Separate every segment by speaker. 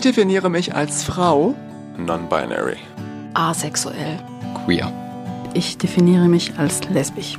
Speaker 1: definiere mich als Frau.
Speaker 2: Non-binary.
Speaker 3: Asexuell.
Speaker 4: Queer.
Speaker 5: Ich definiere mich als lesbisch.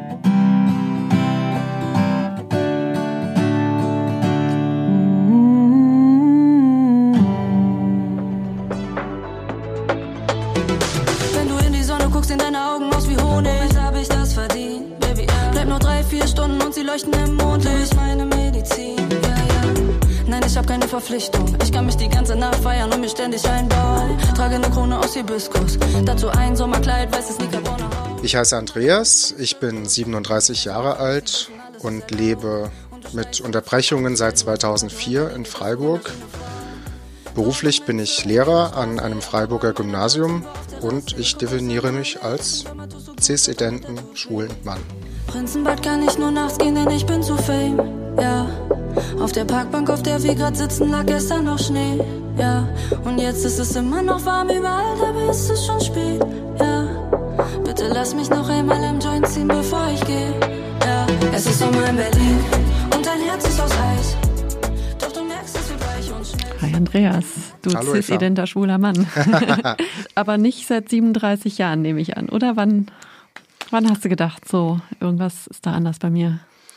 Speaker 6: Wenn du in die Sonne guckst, in deine Augen aus wie Honig, hab ich das verdient, Baby. Bleib nur 3-4 Stunden und sie leuchten im Mondlicht. Meine Medizin, ja, ja. Nein, ich hab keine Verpflichtung. Ich kann mich die ganze Nacht feiern und mir ständig einbauen. Trage eine Krone aus Hibiskus. Dazu ein Sommerkleid, weißes Nicarbonne.
Speaker 7: Ich heiße Andreas, ich bin 37 Jahre alt und lebe mit Unterbrechungen seit 2004 in Freiburg. Beruflich bin ich Lehrer an einem Freiburger Gymnasium und ich definiere mich als cis-identen schwulen Mann.
Speaker 6: Prinzenbad kann ich nur nachts gehen, denn ich bin zu fame, ja. Auf der Parkbank, auf der wir grad sitzen, lag gestern noch Schnee, ja. Und jetzt ist es immer noch warm überall, dabei ist es schon spät, ja. Bitte lass mich noch einmal im Joint ziehen, bevor ich gehe, ja. Es ist Sommer in Berlin und dein Herz ist aus Eis. Doch du merkst, es wird weich und schnell.
Speaker 8: Hi Andreas, du
Speaker 7: Hallo,
Speaker 8: cis-identer schwuler Mann. Aber nicht seit 37 Jahren, nehme ich an, oder? Wann hast du gedacht, so, irgendwas ist da anders bei mir?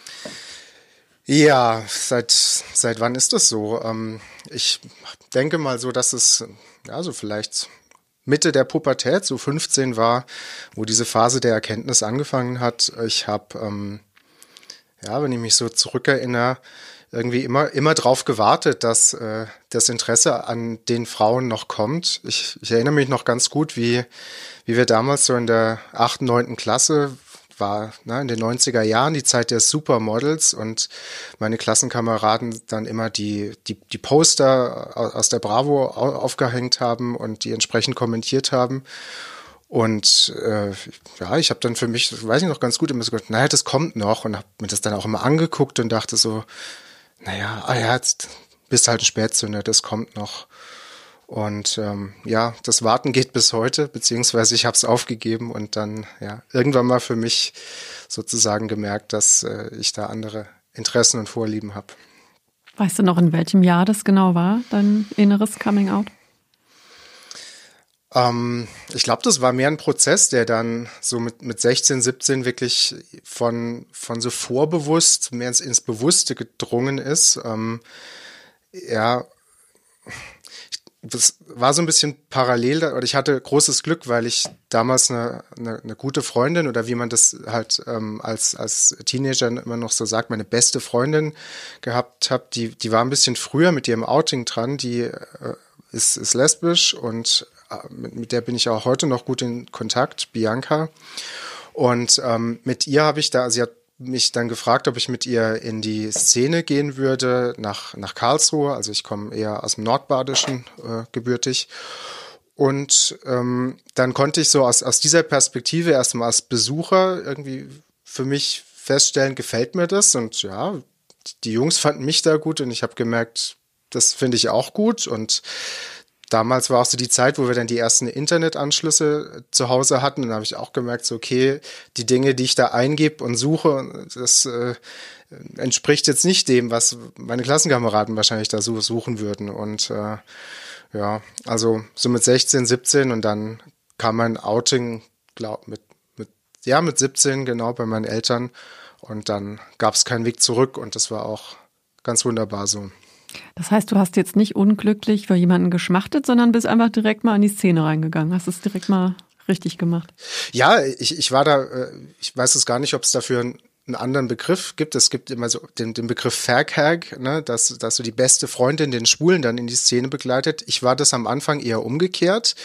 Speaker 7: Ja, seit wann ist das so? Ich denke mal so, dass es ja so vielleicht Mitte der Pubertät, so 15 war, wo diese Phase der Erkenntnis angefangen hat. Ich habe, wenn ich mich so zurückerinnere, irgendwie immer drauf gewartet, dass das Interesse an den Frauen noch kommt. Ich erinnere mich noch ganz gut, wie wir damals so in der 8., 9. Klasse war, in den 90er Jahren, die Zeit der Supermodels und meine Klassenkameraden dann immer die Poster aus der Bravo aufgehängt haben und die entsprechend kommentiert haben. Und ich habe dann für mich, weiß ich noch ganz gut, immer so gedacht, naja, das kommt noch und habe mir das dann auch immer angeguckt und dachte so, jetzt bist halt ein Spätzünder, das kommt noch. Und das Warten geht bis heute, beziehungsweise ich habe es aufgegeben und dann irgendwann mal für mich sozusagen gemerkt, dass ich da andere Interessen und Vorlieben habe.
Speaker 8: Weißt du noch, in welchem Jahr das genau war, dein inneres Coming-out?
Speaker 7: Ich glaube, das war mehr ein Prozess, der dann so mit 16, 17 wirklich von so vorbewusst mehr ins Bewusste gedrungen ist. Das war so ein bisschen parallel, oder ich hatte großes Glück, weil ich damals eine gute Freundin oder wie man das halt als Teenager immer noch so sagt, meine beste Freundin gehabt habe, die war ein bisschen früher mit ihrem Outing dran, die ist lesbisch und mit der bin ich auch heute noch gut in Kontakt, Bianca. Und mit ihr habe ich sie hat mich dann gefragt, ob ich mit ihr in die Szene gehen würde, nach Karlsruhe. Also ich komme eher aus dem Nordbadischen gebürtig. Und dann konnte ich so aus dieser Perspektive erstmal als Besucher irgendwie für mich feststellen, gefällt mir das. Und ja, die Jungs fanden mich da gut und ich habe gemerkt, das finde ich auch gut. Und damals war auch so die Zeit, wo wir dann die ersten Internetanschlüsse zu Hause hatten. Und da habe ich auch gemerkt, so okay, die Dinge, die ich da eingebe und suche, das entspricht jetzt nicht dem, was meine Klassenkameraden wahrscheinlich da suchen würden. Und also so mit 16, 17 und dann kam mein Outing, mit 17 genau bei meinen Eltern. Und dann gab es keinen Weg zurück und das war auch ganz wunderbar so.
Speaker 8: Das heißt, du hast jetzt nicht unglücklich für jemanden geschmachtet, sondern bist einfach direkt mal in die Szene reingegangen. Hast es direkt mal richtig gemacht.
Speaker 7: Ja, ich war da, ich weiß es gar nicht, ob es dafür einen anderen Begriff gibt. Es gibt immer so den Begriff Fag-Hag, ne, dass so die beste Freundin den Schwulen dann in die Szene begleitet. Ich war das am Anfang eher umgekehrt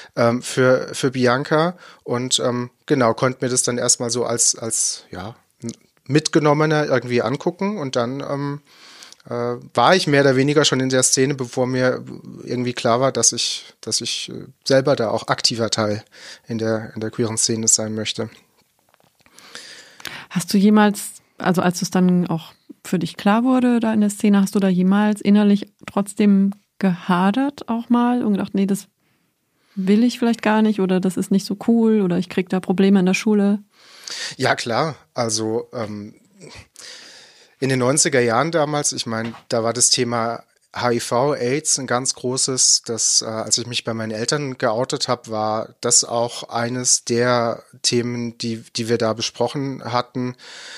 Speaker 7: für Bianca und konnte mir das dann erstmal so als Mitgenommener irgendwie angucken und dann war ich mehr oder weniger schon in der Szene, bevor mir irgendwie klar war, dass ich selber da auch aktiver Teil in der queeren Szene sein möchte.
Speaker 8: Hast du jemals, also als es dann auch für dich klar wurde da in der Szene, hast du da jemals innerlich trotzdem gehadert auch mal und gedacht, nee, das will ich vielleicht gar nicht oder das ist nicht so cool oder ich krieg da Probleme in der Schule?
Speaker 7: Ja, klar. Also in den 90er Jahren damals, ich meine, da war das Thema HIV, AIDS ein ganz großes, als ich mich bei meinen Eltern geoutet habe, war das auch eines der Themen, die wir da besprochen hatten.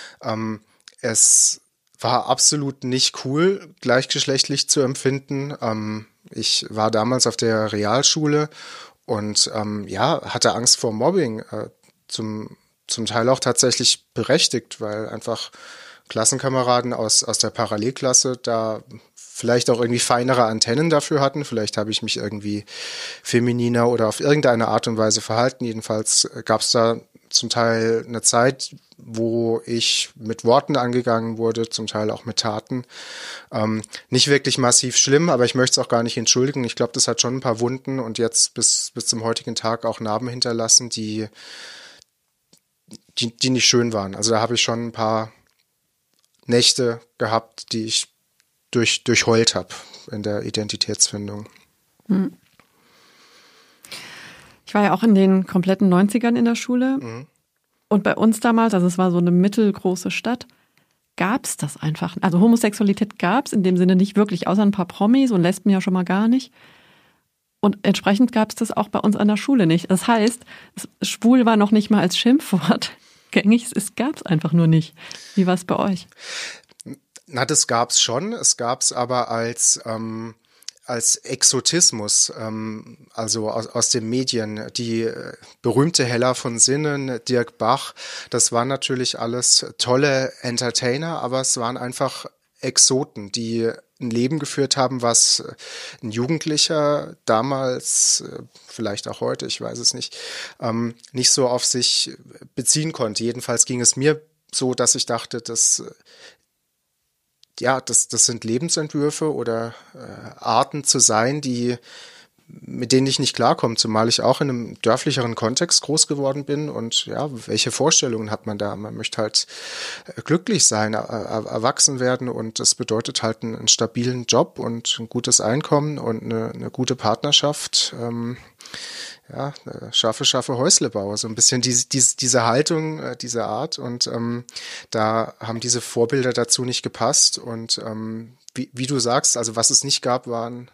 Speaker 7: Es war absolut nicht cool, gleichgeschlechtlich zu empfinden. Ich war damals auf der Realschule und hatte Angst vor Mobbing, zum Teil auch tatsächlich berechtigt, weil einfach Klassenkameraden aus der Parallelklasse da vielleicht auch irgendwie feinere Antennen dafür hatten. Vielleicht habe ich mich irgendwie femininer oder auf irgendeine Art und Weise verhalten. Jedenfalls gab es da zum Teil eine Zeit, wo ich mit Worten angegangen wurde, zum Teil auch mit Taten. Nicht wirklich massiv schlimm, aber ich möchte es auch gar nicht entschuldigen. Ich glaube, das hat schon ein paar Wunden und jetzt bis zum heutigen Tag auch Narben hinterlassen, die nicht schön waren. Also da habe ich schon ein paar Nächte gehabt, die ich durchheult habe in der Identitätsfindung.
Speaker 8: Ich war ja auch in den kompletten 90ern in der Schule. Und bei uns damals, also es war so eine mittelgroße Stadt, gab es das einfach. Also Homosexualität gab es in dem Sinne nicht wirklich, außer ein paar Promis und Lesben ja schon mal gar nicht. Und entsprechend gab es das auch bei uns an der Schule nicht. Das heißt, schwul war noch nicht mal als Schimpfwort gängig, es gab es einfach nur nicht. Wie war es bei euch?
Speaker 7: Na, das gab's schon. Es gab's aber als Exotismus, also aus den Medien. Die berühmte Hella von Sinnen, Dirk Bach, das waren natürlich alles tolle Entertainer, aber es waren einfach Exoten, die ein Leben geführt haben, was ein Jugendlicher damals, vielleicht auch heute, ich weiß es nicht so auf sich beziehen konnte. Jedenfalls ging es mir so, dass ich dachte, das sind Lebensentwürfe oder Arten zu sein, mit denen ich nicht klarkomme, zumal ich auch in einem dörflicheren Kontext groß geworden bin. Und ja, welche Vorstellungen hat man da? Man möchte halt glücklich sein, erwachsen werden, und das bedeutet halt einen stabilen Job und ein gutes Einkommen und eine gute Partnerschaft. Schaffe Häuslebauer, so ein bisschen diese Haltung, diese Art, und da haben diese Vorbilder dazu nicht gepasst, und wie du sagst, also was es nicht gab, waren,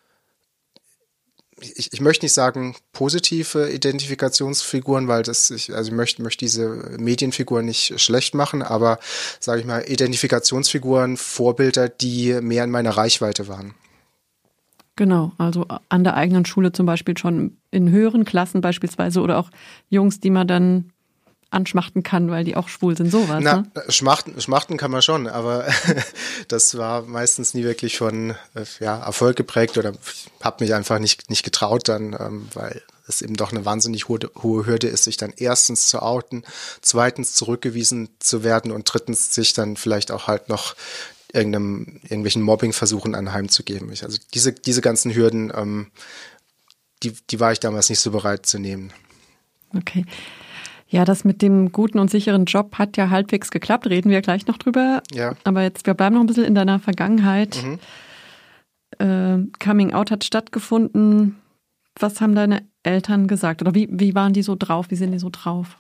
Speaker 7: ich möchte nicht sagen positive Identifikationsfiguren, weil ich möchte diese Medienfiguren nicht schlecht machen, aber sage ich mal Identifikationsfiguren, Vorbilder, die mehr in meiner Reichweite waren.
Speaker 8: Genau, also an der eigenen Schule zum Beispiel schon in höheren Klassen beispielsweise, oder auch Jungs, die man dann anschmachten kann, weil die auch schwul sind, sowas.
Speaker 7: Na,
Speaker 8: ne?
Speaker 7: Schmachten kann man schon, aber das war meistens nie wirklich von Erfolg geprägt, oder habe mich einfach nicht getraut dann, weil es eben doch eine wahnsinnig hohe Hürde ist, sich dann erstens zu outen, zweitens zurückgewiesen zu werden und drittens sich dann vielleicht auch halt noch irgendwelchen Mobbingversuchen anheimzugeben. Also diese ganzen Hürden, die war ich damals nicht so bereit zu nehmen.
Speaker 8: Okay. Ja, das mit dem guten und sicheren Job hat ja halbwegs geklappt, reden wir gleich noch drüber.
Speaker 7: Ja.
Speaker 8: Aber wir bleiben noch ein bisschen in deiner Vergangenheit. Coming Out hat stattgefunden. Was haben deine Eltern gesagt? Oder wie waren die so drauf? Wie sind die so drauf?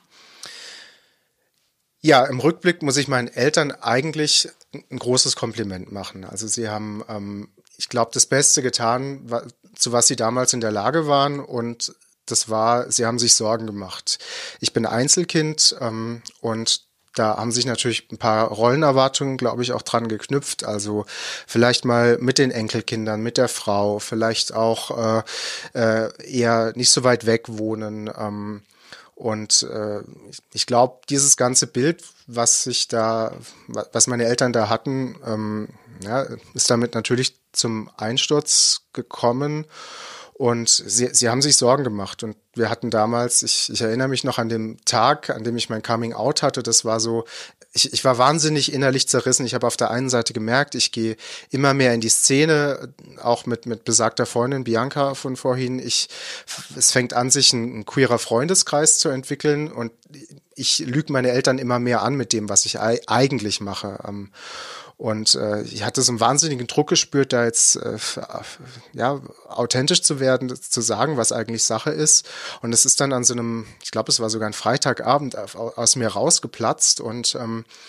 Speaker 7: Ja, im Rückblick muss ich meinen Eltern eigentlich ein großes Kompliment machen. Also sie haben, ich glaube, das Beste getan, zu was sie damals in der Lage waren, und sie haben sich Sorgen gemacht. Ich bin Einzelkind, und da haben sich natürlich ein paar Rollenerwartungen, glaube ich, auch dran geknüpft. Also vielleicht mal mit den Enkelkindern, mit der Frau, vielleicht auch eher nicht so weit weg wohnen. Und ich glaube, dieses ganze Bild, was meine Eltern da hatten, ist damit natürlich zum Einsturz gekommen. Und sie haben sich Sorgen gemacht, und wir hatten damals, ich erinnere mich noch an den Tag, an dem ich mein Coming Out hatte, das war so, ich war wahnsinnig innerlich zerrissen. Ich habe auf der einen Seite gemerkt, ich gehe immer mehr in die Szene, auch mit besagter Freundin Bianca von vorhin. Es fängt an, sich ein queerer Freundeskreis zu entwickeln, und ich lüge meine Eltern immer mehr an mit dem, was ich eigentlich mache. Und ich hatte so einen wahnsinnigen Druck gespürt, da jetzt authentisch zu werden, zu sagen, was eigentlich Sache ist. Und es ist dann an so einem, ich glaube, es war sogar ein Freitagabend, aus mir rausgeplatzt. Und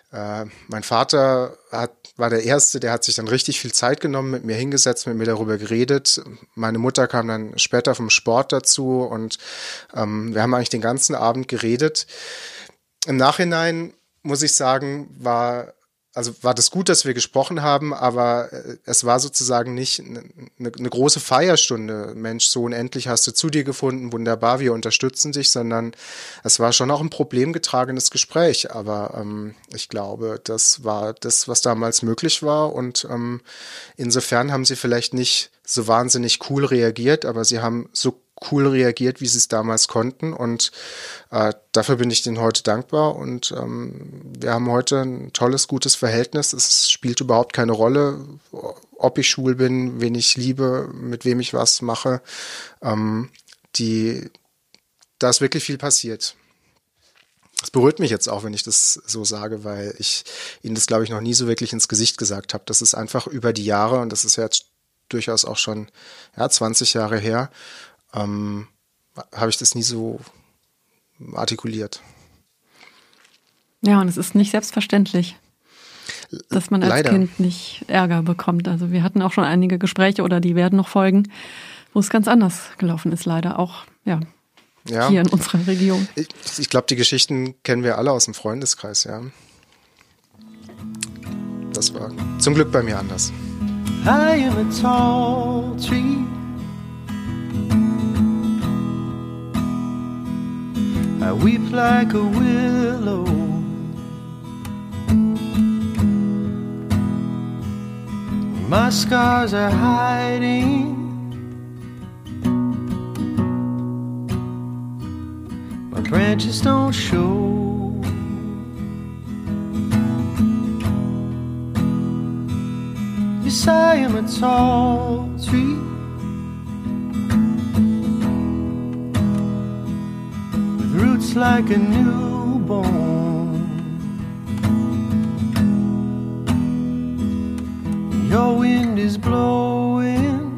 Speaker 7: Mein Vater war der Erste, der hat sich dann richtig viel Zeit genommen, mit mir hingesetzt, mit mir darüber geredet. Meine Mutter kam dann später vom Sport dazu und wir haben eigentlich den ganzen Abend geredet. Im Nachhinein muss ich sagen, war das gut, dass wir gesprochen haben, aber es war sozusagen nicht eine große Feierstunde. Mensch, Sohn, endlich hast du zu dir gefunden, wunderbar, wir unterstützen dich, sondern es war schon auch ein problemgetragenes Gespräch. Aber ich glaube, das war das, was damals möglich war und insofern haben sie vielleicht nicht so wahnsinnig cool reagiert, aber sie haben so cool reagiert, wie sie es damals konnten und dafür bin ich denen heute dankbar und wir haben heute ein tolles, gutes Verhältnis. Es spielt überhaupt keine Rolle, ob ich schwul bin, wen ich liebe, mit wem ich was mache. Da ist wirklich viel passiert. Das berührt mich jetzt auch, wenn ich das so sage, weil ich ihnen das, glaube ich, noch nie so wirklich ins Gesicht gesagt habe. Das ist einfach über die Jahre und das ist ja jetzt durchaus auch schon 20 Jahre her, habe ich das nie so artikuliert.
Speaker 8: Ja, und es ist nicht selbstverständlich, dass man als
Speaker 7: Leider.
Speaker 8: Kind nicht Ärger bekommt. Also wir hatten auch schon einige Gespräche oder die werden noch folgen, wo es ganz anders gelaufen ist, leider auch hier in unserer Region.
Speaker 7: Ich glaube, die Geschichten kennen wir alle aus dem Freundeskreis, ja. Das war zum Glück bei mir anders.
Speaker 2: I am a tall tree. I weep like a willow. My scars are hiding. My branches don't show. Yes, I am a tall tree. With roots like a newborn. Your wind is blowing,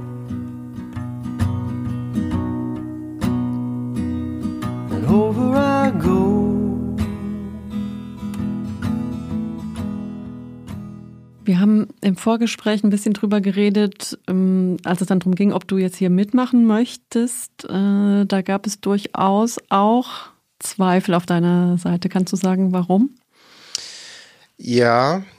Speaker 2: and over I go.
Speaker 8: Wir haben im Vorgespräch ein bisschen drüber geredet, als es dann darum ging, ob du jetzt hier mitmachen möchtest. Da gab es durchaus auch Zweifel auf deiner Seite. Kannst du sagen, warum?
Speaker 7: Ja,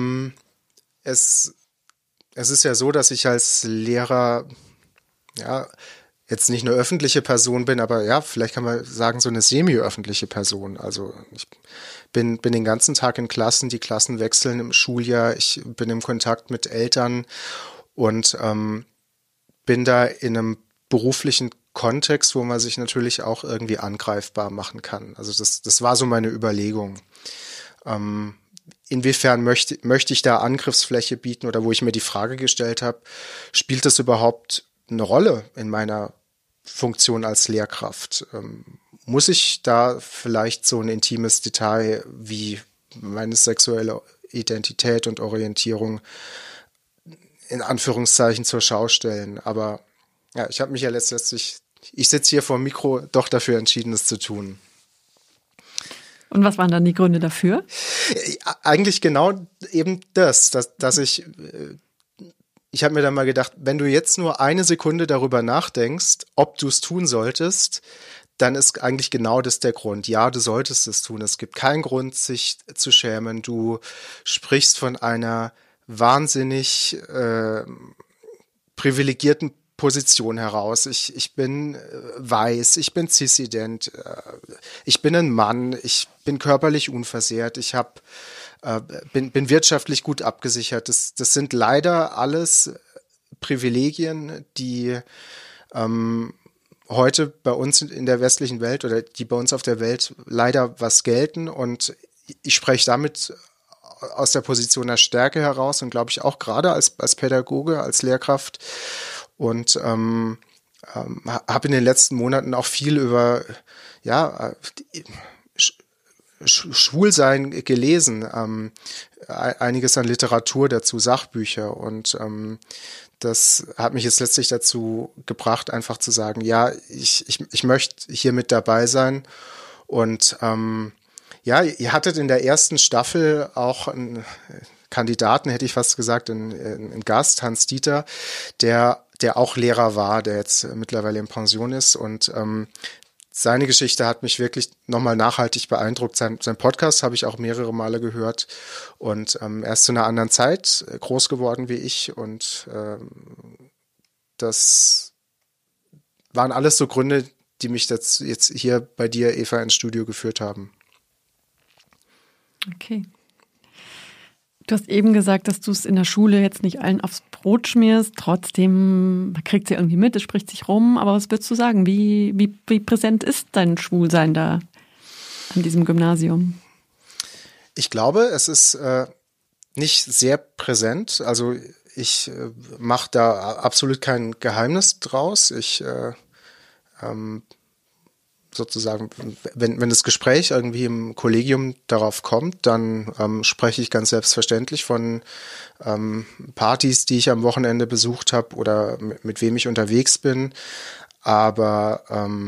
Speaker 7: es ist ja so, dass ich als Lehrer jetzt nicht eine öffentliche Person bin, aber vielleicht kann man sagen, so eine semi-öffentliche Person. Also ich bin den ganzen Tag in Klassen, die Klassen wechseln im Schuljahr, ich bin im Kontakt mit Eltern und bin da in einem beruflichen Kontext, wo man sich natürlich auch irgendwie angreifbar machen kann. Also das war so meine Überlegung. Inwiefern möchte ich da Angriffsfläche bieten oder wo ich mir die Frage gestellt habe, spielt das überhaupt eine Rolle in meiner Funktion als Lehrkraft? Muss ich da vielleicht so ein intimes Detail wie meine sexuelle Identität und Orientierung in Anführungszeichen zur Schau stellen? Aber ich habe mich ja letztlich, ich sitze hier vor dem Mikro, doch dafür entschieden, es zu tun.
Speaker 8: Und was waren dann die Gründe dafür?
Speaker 7: Eigentlich genau eben dass ich habe mir dann mal gedacht, wenn du jetzt nur eine Sekunde darüber nachdenkst, ob du es tun solltest, dann ist eigentlich genau das der Grund. Ja, du solltest es tun. Es gibt keinen Grund, sich zu schämen. Du sprichst von einer wahnsinnig privilegierten Position heraus. Ich bin weiß, ich bin cissident, ich bin ein Mann, ich bin körperlich unversehrt, bin wirtschaftlich gut abgesichert. Das sind leider alles Privilegien, die heute bei uns in der westlichen Welt oder die bei uns auf der Welt leider was gelten. Und ich spreche damit aus der Position der Stärke heraus und glaube ich auch gerade als Pädagoge, als Lehrkraft. Und habe in den letzten Monaten auch viel über Schwulsein gelesen, einiges an Literatur dazu, Sachbücher. Und das hat mich jetzt letztlich dazu gebracht, einfach zu sagen, ich möchte hier mit dabei sein. Und Ja, ihr hattet in der ersten Staffel auch einen Kandidaten, hätte ich fast gesagt, einen Gast, Hans Dieter, der auch Lehrer war, der jetzt mittlerweile in Pension ist. Und seine Geschichte hat mich wirklich nochmal nachhaltig beeindruckt. Sein Podcast habe ich auch mehrere Male gehört. Und er ist zu einer anderen Zeit groß geworden wie ich. Und das waren alles so Gründe, die mich jetzt hier bei dir, Eva, ins Studio geführt haben.
Speaker 8: Okay. Du hast eben gesagt, dass du es in der Schule jetzt nicht allen aufs Brot schmierst. Trotzdem, man kriegt es ja irgendwie mit, es spricht sich rum. Aber was würdest du sagen? Wie präsent ist dein Schwulsein da an diesem Gymnasium?
Speaker 7: Ich glaube, es ist nicht sehr präsent. Also ich mache da absolut kein Geheimnis draus. Ich sozusagen, wenn das Gespräch irgendwie im Kollegium darauf kommt, dann spreche ich ganz selbstverständlich von Partys, die ich am Wochenende besucht habe oder mit wem ich unterwegs bin. Aber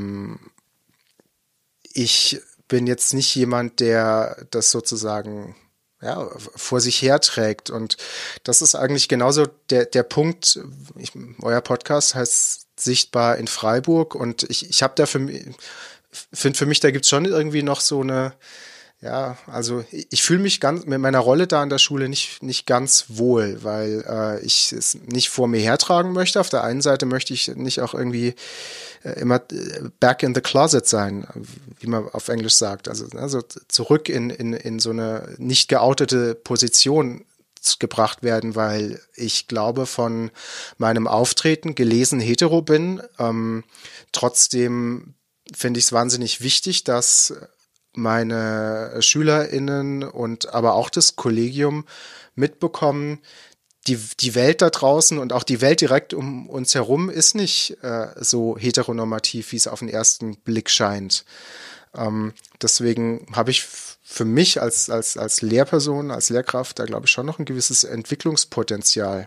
Speaker 7: ich bin jetzt nicht jemand, der das sozusagen vor sich herträgt. Und das ist eigentlich genauso der Punkt. Euer Podcast heißt Sichtbar in Freiburg und ich habe da finde für mich, da gibt's schon irgendwie noch so eine, also ich fühle mich mit meiner Rolle da an der Schule nicht ganz wohl, weil ich es nicht vor mir hertragen möchte. Auf der einen Seite möchte ich nicht auch irgendwie immer back in the closet sein, wie man auf Englisch sagt, also zurück in so eine nicht geoutete Position gebracht werden, weil ich glaube, von meinem Auftreten gelesen hetero bin. Trotzdem finde ich es wahnsinnig wichtig, dass meine SchülerInnen und aber auch das Kollegium mitbekommen, die Welt da draußen und auch die Welt direkt um uns herum ist nicht so heteronormativ, wie es auf den ersten Blick scheint. Deswegen habe ich für mich als Lehrperson, als Lehrkraft, da glaube ich schon noch ein gewisses Entwicklungspotenzial.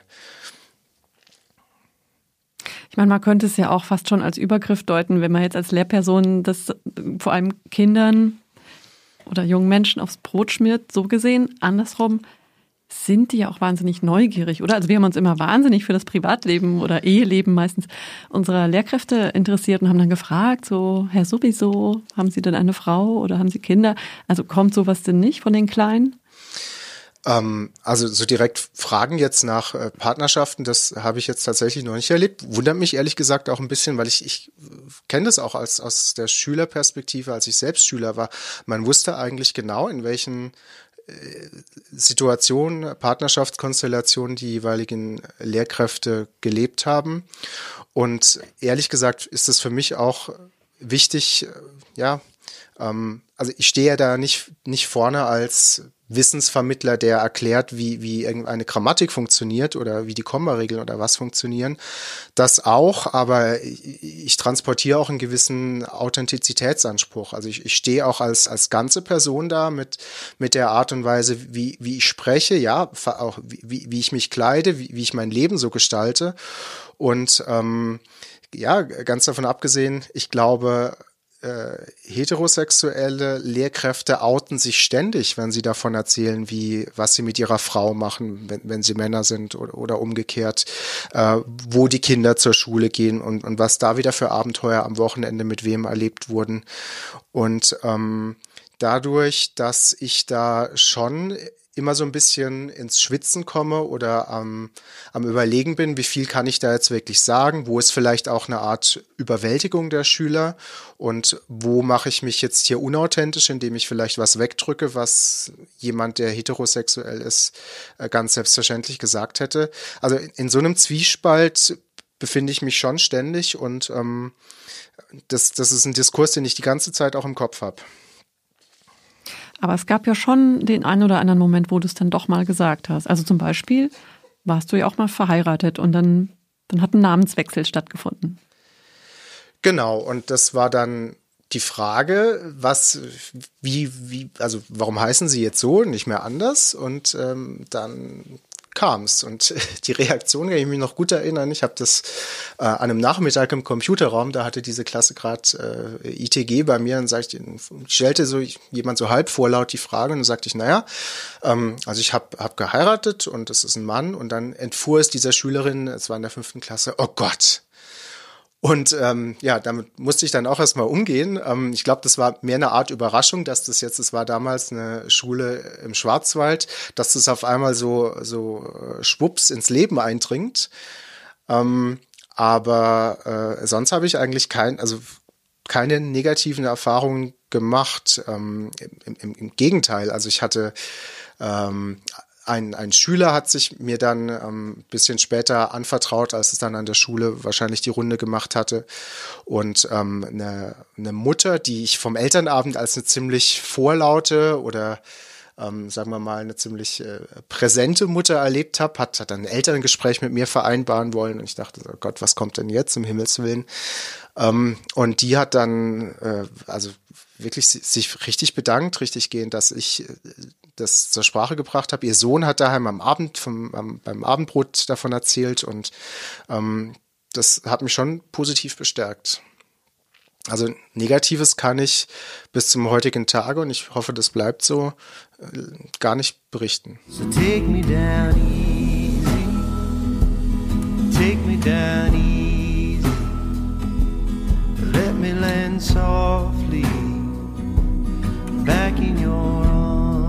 Speaker 8: Ich meine, man könnte es ja auch fast schon als Übergriff deuten, wenn man jetzt als Lehrperson das vor allem Kindern oder jungen Menschen aufs Brot schmiert, so gesehen. Andersrum sind die ja auch wahnsinnig neugierig, oder? Also wir haben uns immer wahnsinnig für das Privatleben oder Eheleben meistens unserer Lehrkräfte interessiert und haben dann gefragt, so, Herr sowieso, haben Sie denn eine Frau oder haben Sie Kinder? Also kommt sowas denn nicht von den Kleinen?
Speaker 7: Also so direkt Fragen jetzt nach Partnerschaften, das habe ich jetzt tatsächlich noch nicht erlebt. Wundert mich ehrlich gesagt auch ein bisschen, weil ich kenne das auch aus der Schülerperspektive, als ich selbst Schüler war. Man wusste eigentlich genau, in welchen Situationen, Partnerschaftskonstellationen die jeweiligen Lehrkräfte gelebt haben. Und ehrlich gesagt ist es für mich auch wichtig, also ich stehe ja da nicht vorne als Wissensvermittler, der erklärt, wie irgendeine Grammatik funktioniert oder wie die Kommaregeln oder was funktionieren. Das auch, aber ich transportiere auch einen gewissen Authentizitätsanspruch. Also ich stehe auch als ganze Person da mit der Art und Weise, wie ich spreche, ja, auch wie ich mich kleide, wie ich mein Leben so gestalte. Und ganz davon abgesehen, ich glaube, heterosexuelle Lehrkräfte outen sich ständig, wenn sie davon erzählen, was sie mit ihrer Frau machen, wenn sie Männer sind oder umgekehrt, wo die Kinder zur Schule gehen und was da wieder für Abenteuer am Wochenende mit wem erlebt wurden. Und dadurch, dass ich da schon immer so ein bisschen ins Schwitzen komme oder am Überlegen bin, wie viel kann ich da jetzt wirklich sagen, wo ist vielleicht auch eine Art Überwältigung der Schüler und wo mache ich mich jetzt hier unauthentisch, indem ich vielleicht was wegdrücke, was jemand, der heterosexuell ist, ganz selbstverständlich gesagt hätte. Also in so einem Zwiespalt befinde ich mich schon ständig und das ist ein Diskurs, den ich die ganze Zeit auch im Kopf habe.
Speaker 8: Aber es gab ja schon den einen oder anderen Moment, wo du es dann doch mal gesagt hast. Also zum Beispiel warst du ja auch mal verheiratet und dann hat ein Namenswechsel stattgefunden.
Speaker 7: Genau, und das war dann die Frage, warum heißen sie jetzt so und nicht mehr anders? Und dann kam's. Und die Reaktion kann ich mich noch gut erinnern. Ich habe das an einem Nachmittag im Computerraum, da hatte diese Klasse gerade ITG bei mir, und stellte so jemand so halb vorlaut die Frage, und dann sagte ich, naja, also ich hab geheiratet und es ist ein Mann, und dann entfuhr es dieser Schülerin, es war in der 5. Klasse, oh Gott. Und damit musste ich dann auch erstmal umgehen. Ich glaube, das war mehr eine Art Überraschung, dass das war damals eine Schule im Schwarzwald, dass das auf einmal so schwupps ins Leben eindringt. Aber sonst habe ich eigentlich keine negativen Erfahrungen gemacht. Im Gegenteil, also ich hatte ein Schüler hat sich mir dann ein bisschen später anvertraut, als es dann an der Schule wahrscheinlich die Runde gemacht hatte. Und eine Mutter, die ich vom Elternabend als eine ziemlich vorlaute oder sagen wir mal eine ziemlich präsente Mutter erlebt habe, hat dann ein Elterngespräch mit mir vereinbaren wollen. Und ich dachte, oh Gott, was kommt denn jetzt, um Himmels Willen? Und die hat dann also wirklich sich richtig bedankt, richtig gehend, dass ich das zur Sprache gebracht habe. Ihr Sohn hat daheim am Abend beim Abendbrot davon erzählt, und das hat mich schon positiv bestärkt. Also Negatives kann ich bis zum heutigen Tage, und ich hoffe, das bleibt so, gar nicht berichten.
Speaker 2: So take me down easy, take me down easy, let me land softly back in your arms.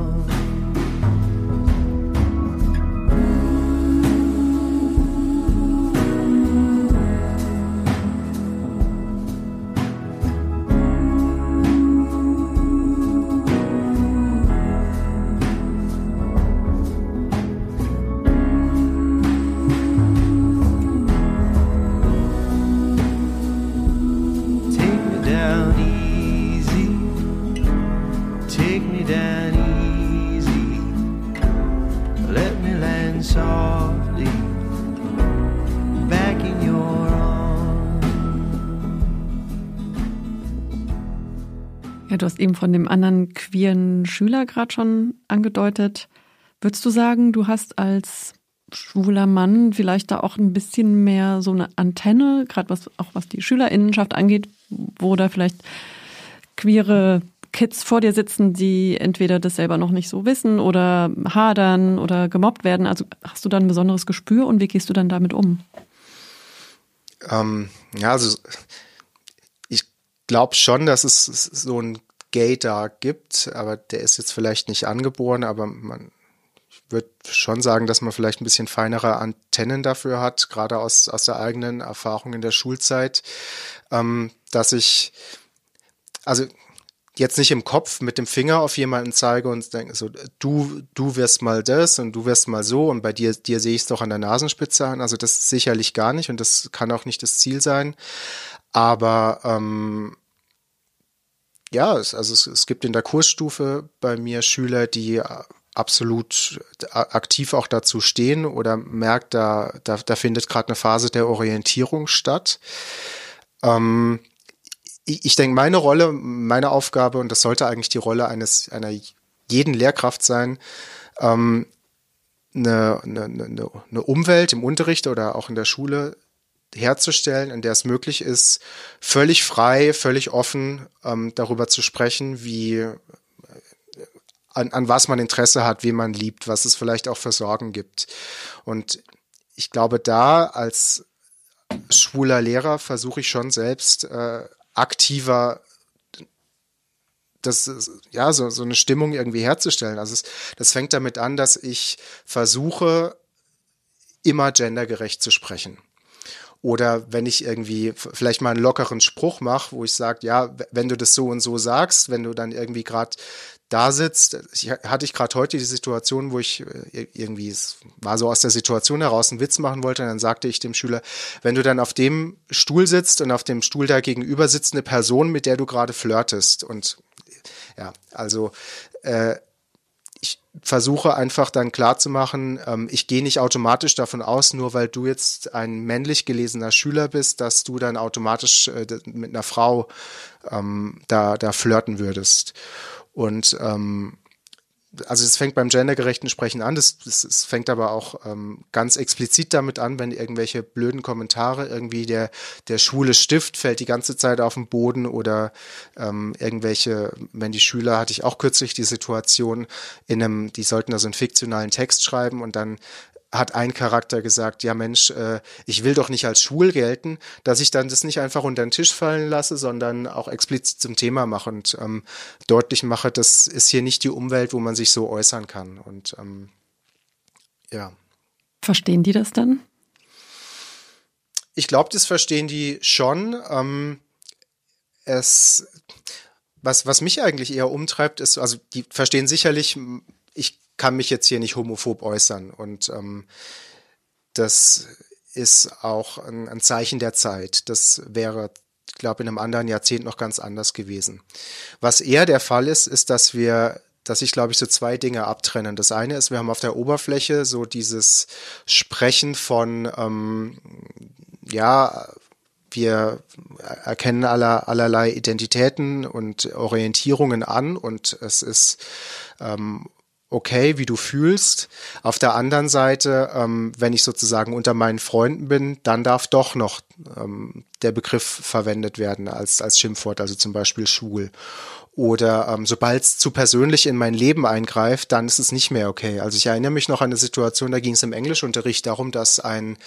Speaker 8: Ja, du hast eben von dem anderen queeren Schüler gerade schon angedeutet. Würdest du sagen, du hast als schwuler Mann vielleicht da auch ein bisschen mehr so eine Antenne, gerade was die Schülerinnenschaft angeht, wo da vielleicht queere Kids vor dir sitzen, die entweder das selber noch nicht so wissen oder hadern oder gemobbt werden? Also hast du da ein besonderes Gespür, und wie gehst du dann damit um?
Speaker 7: Also ich glaube schon, dass es so ein Gaydar gibt, aber der ist jetzt vielleicht nicht angeboren, aber ich würde schon sagen, dass man vielleicht ein bisschen feinere Antennen dafür hat, gerade aus der eigenen Erfahrung in der Schulzeit, dass ich, also jetzt nicht im Kopf mit dem Finger auf jemanden zeige und denke so, du wirst mal das und du wirst mal so, und bei dir sehe ich es doch an der Nasenspitze an. Also das sicherlich gar nicht, und das kann auch nicht das Ziel sein. Aber es gibt in der Kursstufe bei mir Schüler, die absolut aktiv auch dazu stehen oder merkt, da findet gerade eine Phase der Orientierung statt. Ich denke, meine Rolle, meine Aufgabe, und das sollte eigentlich die Rolle einer jeden Lehrkraft sein, eine Umwelt im Unterricht oder auch in der Schule herzustellen, in der es möglich ist, völlig frei, völlig offen darüber zu sprechen, wie an was man Interesse hat, wen man liebt, was es vielleicht auch für Sorgen gibt. Und ich glaube, da als schwuler Lehrer versuche ich schon selbst aktiver so eine Stimmung irgendwie herzustellen. Also das fängt damit an, dass ich versuche, immer gendergerecht zu sprechen. Oder wenn ich irgendwie vielleicht mal einen lockeren Spruch mache, wo ich sage, ja, wenn du das so und so sagst, wenn du dann irgendwie gerade da sitzt, hatte ich gerade heute die Situation, wo ich irgendwie, es war so aus der Situation heraus, einen Witz machen wollte, und dann sagte ich dem Schüler, wenn du dann auf dem Stuhl sitzt und auf dem Stuhl da gegenüber sitzt eine Person, mit der du gerade flirtest, und ja, also ich versuche einfach dann klarzumachen, ich gehe nicht automatisch davon aus, nur weil du jetzt ein männlich gelesener Schüler bist, dass du dann automatisch mit einer Frau da flirten würdest. Und also es fängt beim gendergerechten Sprechen an, es fängt aber auch ganz explizit damit an, wenn irgendwelche blöden Kommentare, irgendwie der schwule Stift fällt die ganze Zeit auf den Boden oder wenn die Schüler, hatte ich auch kürzlich die Situation, die sollten da so einen fiktionalen Text schreiben und dann hat ein Charakter gesagt, ja Mensch, ich will doch nicht als schwul gelten, dass ich dann das nicht einfach unter den Tisch fallen lasse, sondern auch explizit zum Thema mache und deutlich mache, das ist hier nicht die Umwelt, wo man sich so äußern kann. Und ja.
Speaker 8: Verstehen die das dann?
Speaker 7: Ich glaube, das verstehen die schon. Was mich eigentlich eher umtreibt, ist, also die verstehen sicherlich, ich kann mich jetzt hier nicht homophob äußern und das ist auch ein Zeichen der Zeit. Das wäre, ich glaube, in einem anderen Jahrzehnt noch ganz anders gewesen. Was eher der Fall ist, dass ich, glaube ich, so zwei Dinge abtrennen. Das eine ist, wir haben auf der Oberfläche so dieses Sprechen von, wir erkennen allerlei Identitäten und Orientierungen an und es ist okay, wie du fühlst. Auf der anderen Seite, wenn ich sozusagen unter meinen Freunden bin, dann darf doch noch der Begriff verwendet werden als Schimpfwort, also zum Beispiel schwul. Oder sobald es zu persönlich in mein Leben eingreift, dann ist es nicht mehr okay. Also ich erinnere mich noch an eine Situation, da ging es im Englischunterricht darum, dass ein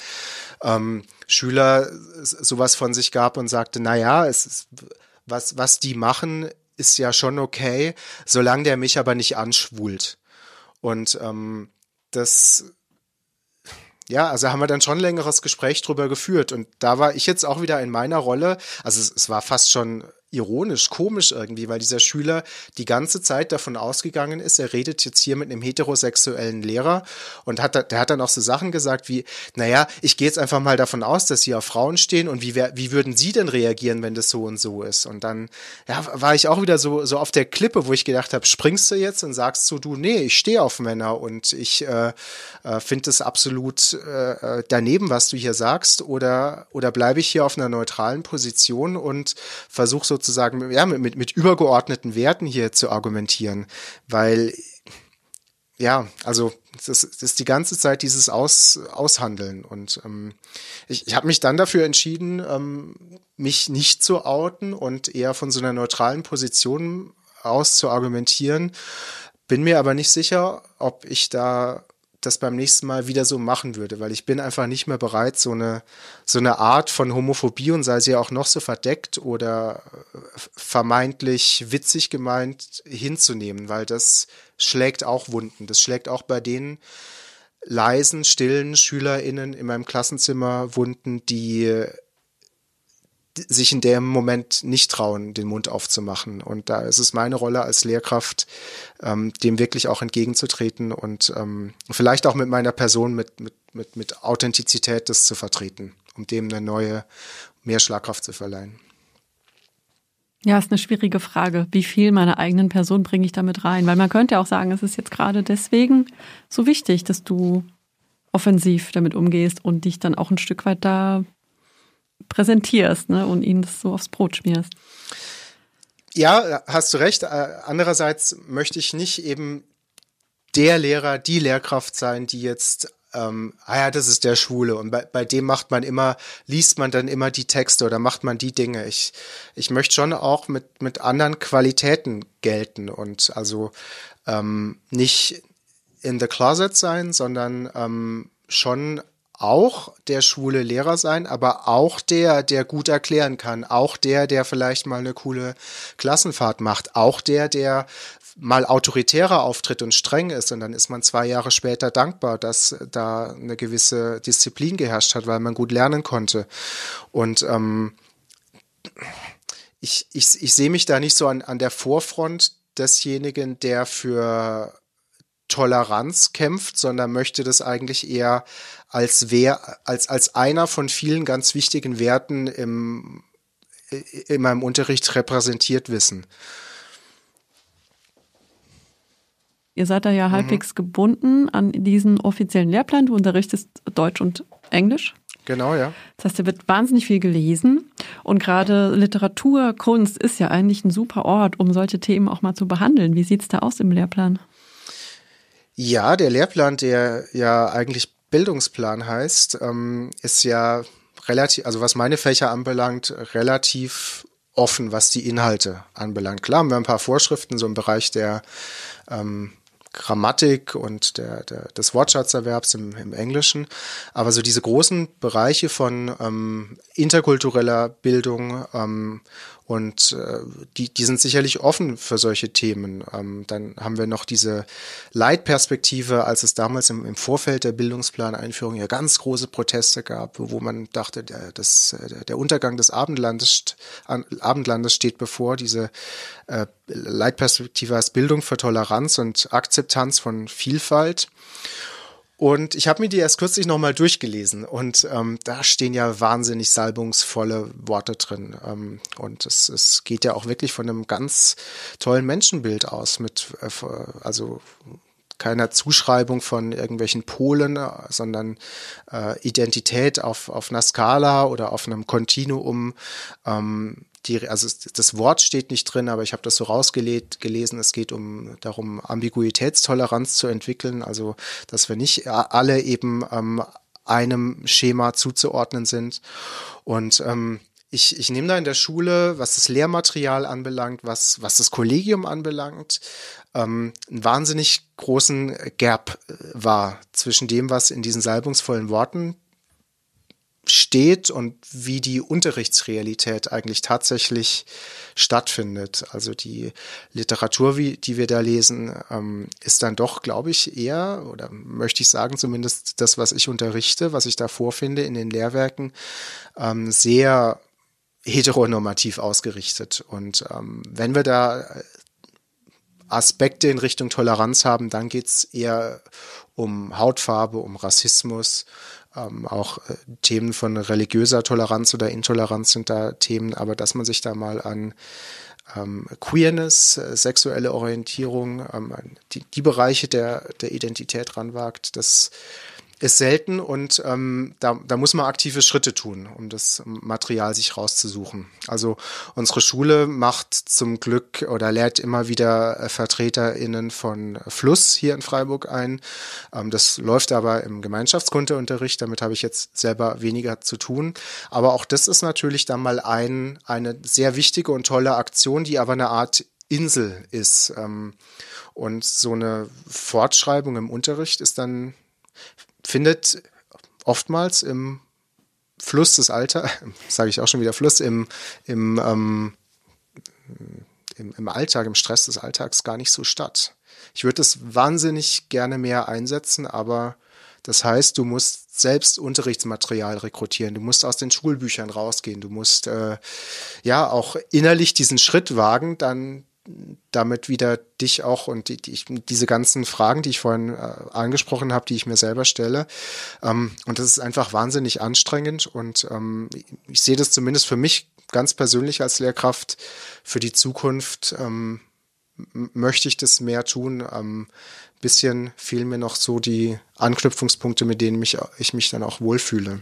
Speaker 7: Schüler sowas von sich gab und sagte, naja, es ist, was die machen, ist ja schon okay, solange der mich aber nicht anschwult. Und also haben wir dann schon ein längeres Gespräch drüber geführt. Und da war ich jetzt auch wieder in meiner Rolle, also es war fast schon ironisch, komisch irgendwie, weil dieser Schüler die ganze Zeit davon ausgegangen ist, er redet jetzt hier mit einem heterosexuellen Lehrer und der hat dann auch so Sachen gesagt wie, naja, ich gehe jetzt einfach mal davon aus, dass Sie auf Frauen stehen und wie würden Sie denn reagieren, wenn das so und so ist? Und dann war ich auch wieder so auf der Klippe, wo ich gedacht habe, springst du jetzt und sagst so, du, nee, ich stehe auf Männer und ich finde es absolut daneben, was du hier sagst, oder bleibe ich hier auf einer neutralen Position und versuche sozusagen mit übergeordneten Werten hier zu argumentieren, weil also das ist die ganze Zeit dieses Aushandeln und ich habe mich dann dafür entschieden, mich nicht zu outen und eher von so einer neutralen Position aus zu argumentieren, bin mir aber nicht sicher, ob ich da das beim nächsten Mal wieder so machen würde, weil ich bin einfach nicht mehr bereit, so eine Art von Homophobie, und sei sie auch noch so verdeckt oder vermeintlich witzig gemeint, hinzunehmen, weil das schlägt auch Wunden. Das schlägt auch bei den leisen, stillen SchülerInnen in meinem Klassenzimmer Wunden, die sich in dem Moment nicht trauen, den Mund aufzumachen. Und da ist es meine Rolle als Lehrkraft, dem wirklich auch entgegenzutreten und vielleicht auch mit meiner Person mit Authentizität das zu vertreten, um dem eine neue, mehr Schlagkraft zu verleihen.
Speaker 8: Ja, ist eine schwierige Frage. Wie viel meiner eigenen Person bringe ich damit rein? Weil man könnte ja auch sagen, es ist jetzt gerade deswegen so wichtig, dass du offensiv damit umgehst und dich dann auch ein Stück weit da präsentierst, ne, und ihnen das so aufs Brot schmierst.
Speaker 7: Ja, hast du recht. Andererseits möchte ich nicht eben der Lehrer, die Lehrkraft sein, die jetzt, das ist der Schwule und bei dem liest man dann immer die Texte oder macht man die Dinge. Ich möchte schon auch mit anderen Qualitäten gelten und also nicht in the closet sein, sondern schon auch der schwule Lehrer sein, aber auch der gut erklären kann, auch der vielleicht mal eine coole Klassenfahrt macht, auch der mal autoritärer auftritt und streng ist, und dann ist man 2 Jahre später dankbar, dass da eine gewisse Disziplin geherrscht hat, weil man gut lernen konnte. Und ich sehe mich da nicht so an der Vorfront desjenigen, der für Toleranz kämpft, sondern möchte das eigentlich eher als einer von vielen ganz wichtigen Werten in meinem Unterricht repräsentiert wissen.
Speaker 8: Ihr seid da ja halbwegs gebunden an diesen offiziellen Lehrplan. Du unterrichtest Deutsch und Englisch.
Speaker 7: Genau, ja.
Speaker 8: Das heißt, da wird wahnsinnig viel gelesen. Und gerade Literatur, Kunst ist ja eigentlich ein super Ort, um solche Themen auch mal zu behandeln. Wie sieht es da aus im Lehrplan?
Speaker 7: Ja, der Lehrplan, der ja eigentlich Bildungsplan heißt, ist ja relativ, also was meine Fächer anbelangt, relativ offen, was die Inhalte anbelangt. Klar haben wir ein paar Vorschriften so im Bereich der Grammatik und des Wortschatzerwerbs im Englischen, aber so diese großen Bereiche von interkultureller Bildung und die sind sicherlich offen für solche Themen. Dann haben wir noch diese Leitperspektive, als es damals im Vorfeld der Bildungsplaneinführung ja ganz große Proteste gab, wo man dachte, der Untergang des Abendlandes steht bevor. Diese Leitperspektive als Bildung für Toleranz und Akzeptanz von Vielfalt. Und ich habe mir die erst kürzlich nochmal durchgelesen und da stehen ja wahnsinnig salbungsvolle Worte drin. Und es geht ja auch wirklich von einem ganz tollen Menschenbild aus, mit also keiner Zuschreibung von irgendwelchen Polen, sondern Identität auf einer Skala oder auf einem Kontinuum. Also das Wort steht nicht drin, aber ich habe das so gelesen, es geht darum, Ambiguitätstoleranz zu entwickeln, also dass wir nicht alle eben einem Schema zuzuordnen sind. Und ich nehme da in der Schule, was das Lehrmaterial anbelangt, was das Kollegium anbelangt, einen wahnsinnig großen Gap wahr zwischen dem, was in diesen salbungsvollen Worten steht und wie die Unterrichtsrealität eigentlich tatsächlich stattfindet. Also die Literatur, die wir da lesen, ist dann doch, glaube ich, eher, oder möchte ich sagen, zumindest das, was ich unterrichte, was ich da vorfinde in den Lehrwerken, sehr heteronormativ ausgerichtet. Und wenn wir da Aspekte in Richtung Toleranz haben, dann geht's eher um Hautfarbe, um Rassismus, auch Themen von religiöser Toleranz oder Intoleranz sind da Themen, aber dass man sich da mal an Queerness, sexuelle Orientierung, die Bereiche der Identität ranwagt, das ist selten und da muss man aktive Schritte tun, um das Material sich rauszusuchen. Also unsere Schule macht zum Glück oder lädt immer wieder VertreterInnen von Fluss hier in Freiburg ein. Das läuft aber im Gemeinschaftskundeunterricht, damit habe ich jetzt selber weniger zu tun. Aber auch das ist natürlich dann mal eine sehr wichtige und tolle Aktion, die aber eine Art Insel ist. Und so eine Fortschreibung im Unterricht findet oftmals im Fluss des Alltags, sage ich auch schon wieder Fluss, im Alltag, im Stress des Alltags gar nicht so statt. Ich würde es wahnsinnig gerne mehr einsetzen, aber das heißt, du musst selbst Unterrichtsmaterial rekrutieren, du musst aus den Schulbüchern rausgehen, du musst ja auch innerlich diesen Schritt wagen, dann damit wieder dich auch und diese ganzen Fragen, die ich vorhin angesprochen habe, die ich mir selber stelle. Und das ist einfach wahnsinnig anstrengend und ich sehe das zumindest für mich ganz persönlich als Lehrkraft für die Zukunft. Möchte ich das mehr tun. Bisschen fehlen mir noch so die Anknüpfungspunkte, mit denen ich mich dann auch wohlfühle.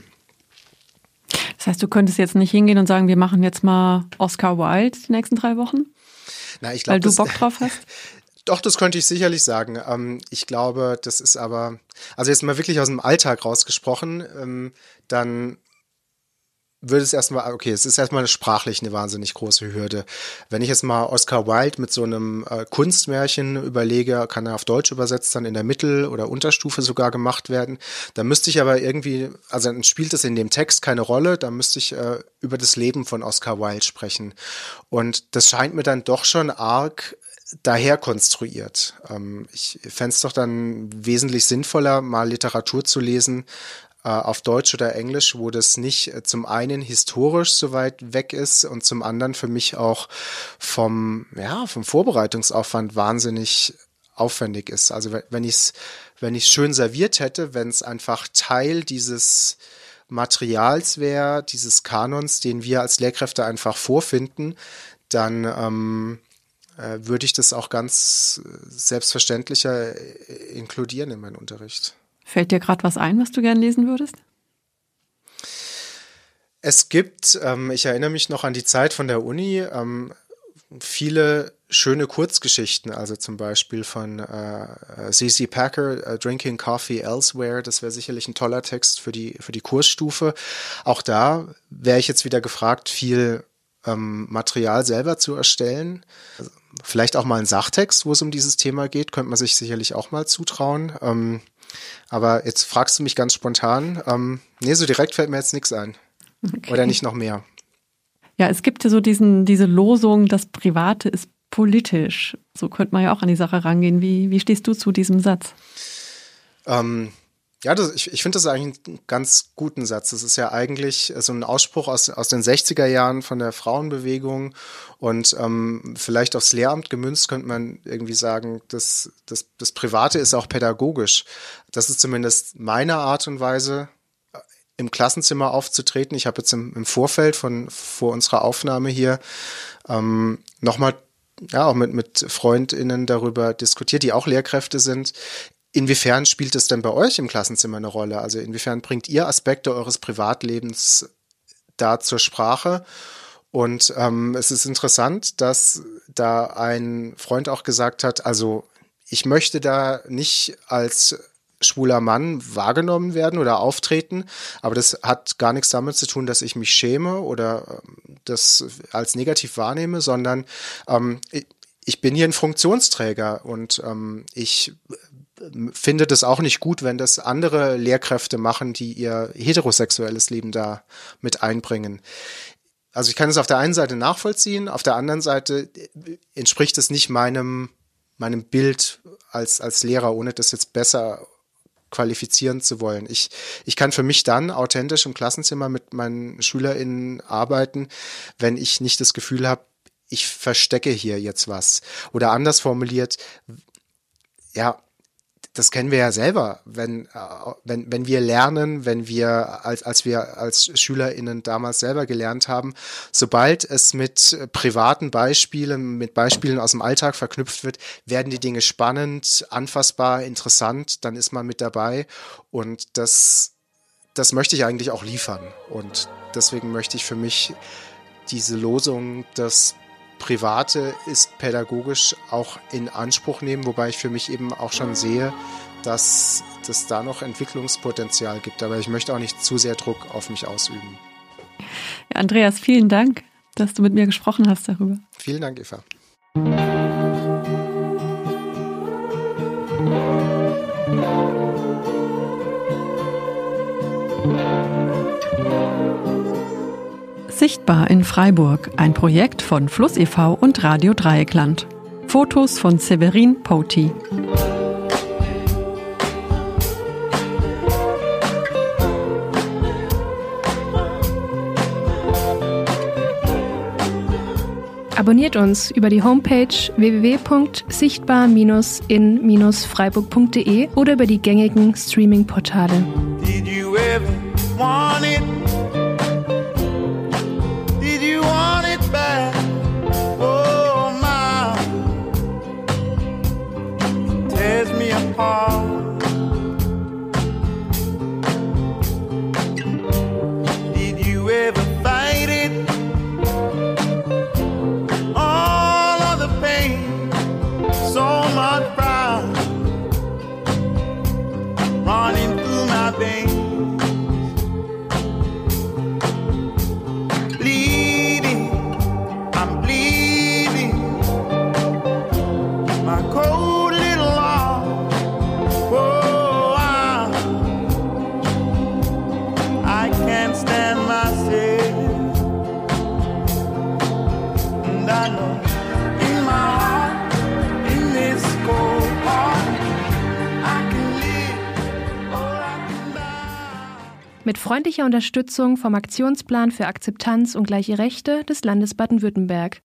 Speaker 8: Das heißt, du könntest jetzt nicht hingehen und sagen, wir machen jetzt mal Oscar Wilde die nächsten 3 Wochen?
Speaker 7: Na, ich glaub,
Speaker 8: weil du Bock drauf hast?
Speaker 7: Doch, das könnte ich sicherlich sagen. Ich glaube, das ist aber, also jetzt mal wirklich aus dem Alltag rausgesprochen, dann würde es erstmal, okay, es ist erstmal sprachlich eine wahnsinnig große Hürde. Wenn ich jetzt mal Oscar Wilde mit so einem Kunstmärchen überlege, kann er auf Deutsch übersetzt dann in der Mittel- oder Unterstufe sogar gemacht werden, dann müsste ich aber irgendwie, also dann spielt es in dem Text keine Rolle, da müsste ich über das Leben von Oscar Wilde sprechen. Und das scheint mir dann doch schon arg daher konstruiert. Ich fände es doch dann wesentlich sinnvoller, mal Literatur zu lesen, auf Deutsch oder Englisch, wo das nicht zum einen historisch so weit weg ist und zum anderen für mich auch vom Vorbereitungsaufwand wahnsinnig aufwendig ist. Also wenn ich es schön serviert hätte, wenn es einfach Teil dieses Materials wäre, dieses Kanons, den wir als Lehrkräfte einfach vorfinden, dann würde ich das auch ganz selbstverständlicher inkludieren in meinen Unterricht.
Speaker 8: Fällt dir gerade was ein, was du gern lesen würdest?
Speaker 7: Es gibt, ich erinnere mich noch an die Zeit von der Uni, viele schöne Kurzgeschichten, also zum Beispiel von C.C. Packer, Drinking Coffee Elsewhere, das wäre sicherlich ein toller Text für die Kursstufe. Auch da wäre ich jetzt wieder gefragt, viel Material selber zu erstellen. Also vielleicht auch mal einen Sachtext, wo es um dieses Thema geht, könnte man sich sicherlich auch mal zutrauen. Aber jetzt fragst du mich ganz spontan. Nee, so direkt fällt mir jetzt nichts ein. Okay. Oder nicht noch mehr.
Speaker 8: Ja, es gibt ja so diese Losung, das Private ist politisch. So könnte man ja auch an die Sache rangehen. Wie stehst du zu diesem Satz?
Speaker 7: Ja, ich finde das eigentlich einen ganz guten Satz. Das ist ja eigentlich so ein Ausspruch aus den 60er Jahren von der Frauenbewegung und vielleicht aufs Lehramt gemünzt könnte man irgendwie sagen, das Private ist auch pädagogisch. Das ist zumindest meine Art und Weise, im Klassenzimmer aufzutreten. Ich habe jetzt im Vorfeld vor unserer Aufnahme hier nochmal auch mit FreundInnen darüber diskutiert, die auch Lehrkräfte sind. Inwiefern spielt es denn bei euch im Klassenzimmer eine Rolle? Also inwiefern bringt ihr Aspekte eures Privatlebens da zur Sprache? Und es ist interessant, dass da ein Freund auch gesagt hat, also ich möchte da nicht als schwuler Mann wahrgenommen werden oder auftreten, aber das hat gar nichts damit zu tun, dass ich mich schäme oder das als negativ wahrnehme, sondern ich bin hier ein Funktionsträger und ich finde das auch nicht gut, wenn das andere Lehrkräfte machen, die ihr heterosexuelles Leben da mit einbringen. Also ich kann es auf der einen Seite nachvollziehen, auf der anderen Seite entspricht es nicht meinem Bild als Lehrer, ohne das jetzt besser qualifizieren zu wollen. Ich kann für mich dann authentisch im Klassenzimmer mit meinen SchülerInnen arbeiten, wenn ich nicht das Gefühl habe, ich verstecke hier jetzt was. Oder anders formuliert, ja, das kennen wir ja selber, wenn wir lernen, wenn wir als wir als SchülerInnen damals selber gelernt haben, sobald es mit privaten Beispielen, mit Beispielen aus dem Alltag verknüpft wird, werden die Dinge spannend, anfassbar, interessant, dann ist man mit dabei und das möchte ich eigentlich auch liefern und deswegen möchte ich für mich diese Losung, das Private ist pädagogisch auch in Anspruch nehmen, wobei ich für mich eben auch schon sehe, dass es da noch Entwicklungspotenzial gibt. Aber ich möchte auch nicht zu sehr Druck auf mich ausüben.
Speaker 8: Ja, Andreas, vielen Dank, dass du mit mir gesprochen hast darüber.
Speaker 7: Vielen Dank, Eva.
Speaker 8: Sichtbar in Freiburg, ein Projekt von Fluss e.V. und Radio Dreieckland. Fotos von Severin Poti.
Speaker 3: Abonniert uns über die Homepage www.sichtbar-in-freiburg.de oder über die gängigen Streaming-Portale.
Speaker 2: Did you ever want it? Did you want it back? Oh my, it tears me apart. Did you ever fight it? All of the pain, so much pride running through my veins. Bleeding, I'm bleeding. My cold little heart. Oh, I can't stand myself. And I know in my heart, in this cold heart, I can live or I can die.
Speaker 3: Mit freundlicher Unterstützung vom Aktionsplan für Akzeptanz und gleiche Rechte des Landes Baden-Württemberg.